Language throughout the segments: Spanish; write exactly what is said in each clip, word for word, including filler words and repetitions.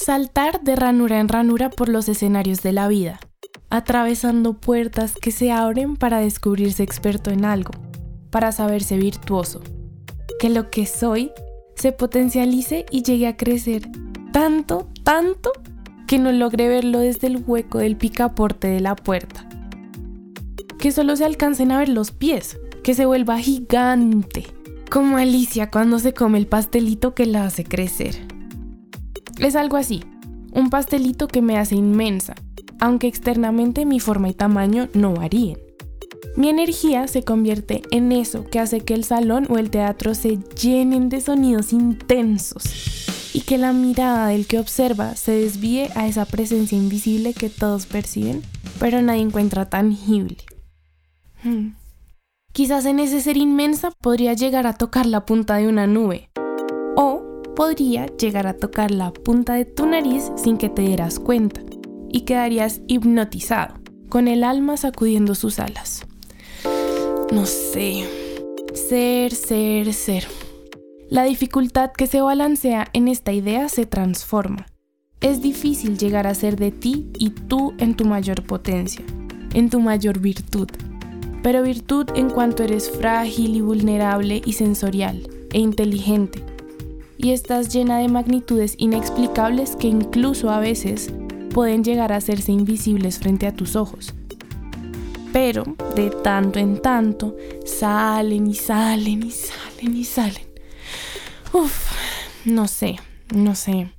saltar de ranura en ranura por los escenarios de la vida, atravesando puertas que se abren para descubrirse experto en algo, para saberse virtuoso. Que lo que soy se potencialice y llegue a crecer tanto, tanto, que no logre verlo desde el hueco del picaporte de la puerta. Que solo se alcancen a ver los pies, que se vuelva gigante, como Alicia cuando se come el pastelito que la hace crecer. Es algo así, un pastelito que me hace inmensa, aunque externamente mi forma y tamaño no varíen. Mi energía se convierte en eso que hace que el salón o el teatro se llenen de sonidos intensos y que la mirada del que observa se desvíe a esa presencia invisible que todos perciben, pero nadie encuentra tangible. Hmm. Quizás en ese ser inmensa podría llegar a tocar la punta de una nube, o podría llegar a tocar la punta de tu nariz sin que te dieras cuenta, y quedarías hipnotizado, con el alma sacudiendo sus alas. No sé, ser, ser, ser. La dificultad que se balancea en esta idea se transforma. Es difícil llegar a ser de ti y tú en tu mayor potencia, en tu mayor virtud. Pero virtud en cuanto eres frágil y vulnerable y sensorial e inteligente. Y estás llena de magnitudes inexplicables que incluso a veces pueden llegar a hacerse invisibles frente a tus ojos. Pero de tanto en tanto salen y salen y salen y salen. Uf, no sé, no sé.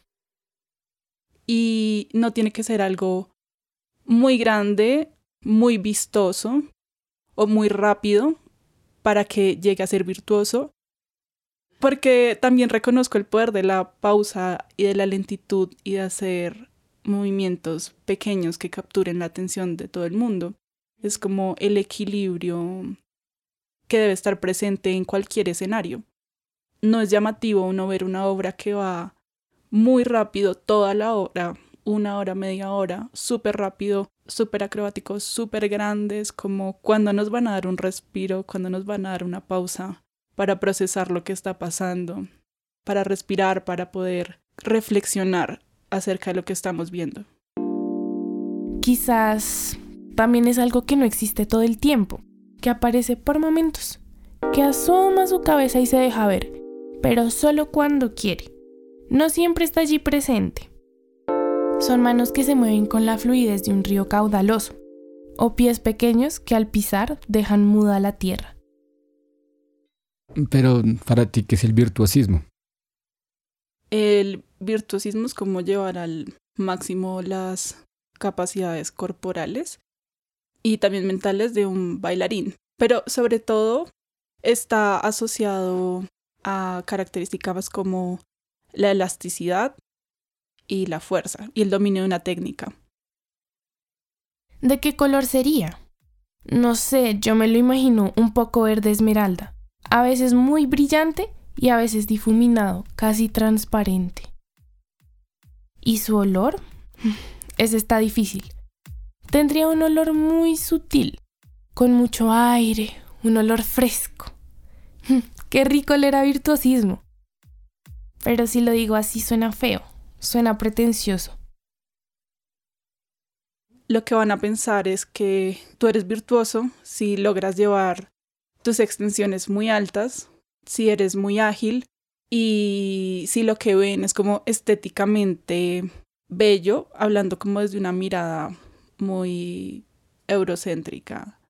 Y no tiene que ser algo muy grande, muy vistoso o muy rápido para que llegue a ser virtuoso. Porque también reconozco el poder de la pausa y de la lentitud y de hacer movimientos pequeños que capturen la atención de todo el mundo. Es como el equilibrio que debe estar presente en cualquier escenario. No es llamativo uno ver una obra que va muy rápido toda la hora, una hora, media hora, súper rápido, súper acrobáticos, súper grandes, como cuando nos van a dar un respiro, cuando nos van a dar una pausa para procesar lo que está pasando, para respirar, para poder reflexionar acerca de lo que estamos viendo. Quizás también es algo que no existe todo el tiempo, que aparece por momentos, que asoma su cabeza y se deja ver, pero solo cuando quiere. No siempre está allí presente. Son manos que se mueven con la fluidez de un río caudaloso, o pies pequeños que al pisar dejan muda la tierra. Pero para ti, ¿qué es el virtuosismo? El virtuosismo es como llevar al máximo las capacidades corporales y también mentales de un bailarín, pero sobre todo está asociado a características como la elasticidad y la fuerza y el dominio de una técnica. ¿De qué color sería? No sé, yo me lo imagino un poco verde esmeralda, a veces muy brillante y a veces difuminado, casi transparente. ¿Y su olor? Ese está difícil. Tendría un olor muy sutil, con mucho aire, un olor fresco. ¡Qué rico oler a virtuosismo! Pero si lo digo así suena feo, suena pretencioso. Lo que van a pensar es que tú eres virtuoso si logras llevar tus extensiones muy altas, si eres muy ágil y si lo que ven es como estéticamente bello, hablando como desde una mirada muy eurocéntrica.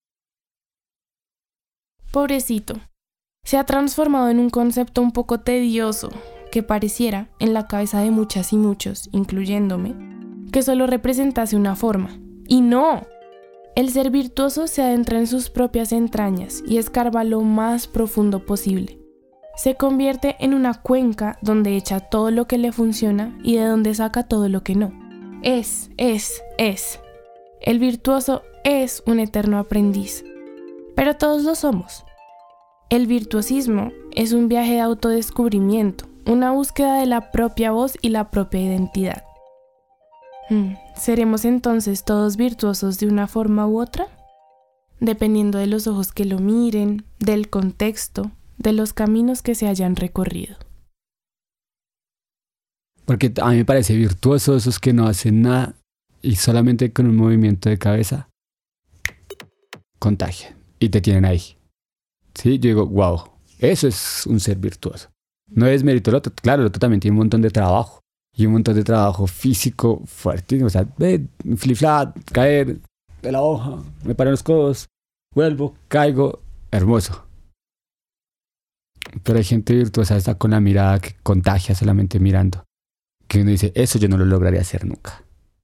Pobrecito, se ha transformado en un concepto un poco tedioso que pareciera, en la cabeza de muchas y muchos, incluyéndome, que solo representase una forma. ¡Y no! El ser virtuoso se adentra en sus propias entrañas y escarba lo más profundo posible. Se convierte en una cuenca donde echa todo lo que le funciona y de donde saca todo lo que no. Es, es, es. El virtuoso es un eterno aprendiz, pero todos lo somos. El virtuosismo es un viaje de autodescubrimiento, una búsqueda de la propia voz y la propia identidad. Hmm, ¿seremos entonces todos virtuosos de una forma u otra? Dependiendo de los ojos que lo miren, del contexto, de los caminos que se hayan recorrido. Porque a mí me parece virtuoso esos que no hacen nada y solamente con un movimiento de cabeza contagian y te tienen ahí. Sí, yo digo, wow, eso es un ser virtuoso. No es mérito del otro, claro, el otro también tiene un montón de trabajo y un montón de trabajo físico fuerte. O sea, ve, flip-flat, caer de la hoja, me paro los codos, vuelvo, caigo, hermoso. Pero hay gente virtuosa, está con la mirada que contagia solamente mirando. Que uno dice, eso yo no lo lograría hacer nunca.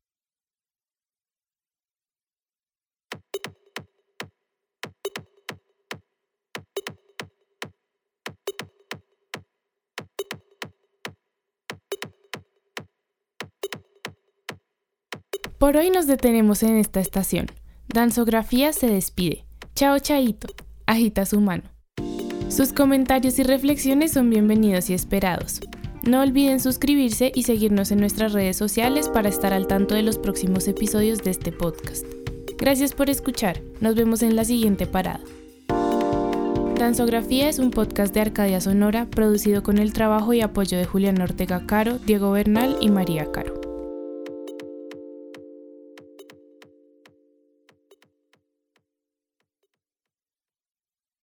Por hoy nos detenemos en esta estación. Danzografía se despide. Chao, chaito. Agita su mano. Sus comentarios y reflexiones son bienvenidos y esperados. No olviden suscribirse y seguirnos en nuestras redes sociales para estar al tanto de los próximos episodios de este podcast. Gracias por escuchar. Nos vemos en la siguiente parada. Danzografía es un podcast de Arcadia Sonora producido con el trabajo y apoyo de Julián Ortega Caro, Diego Bernal y María Caro.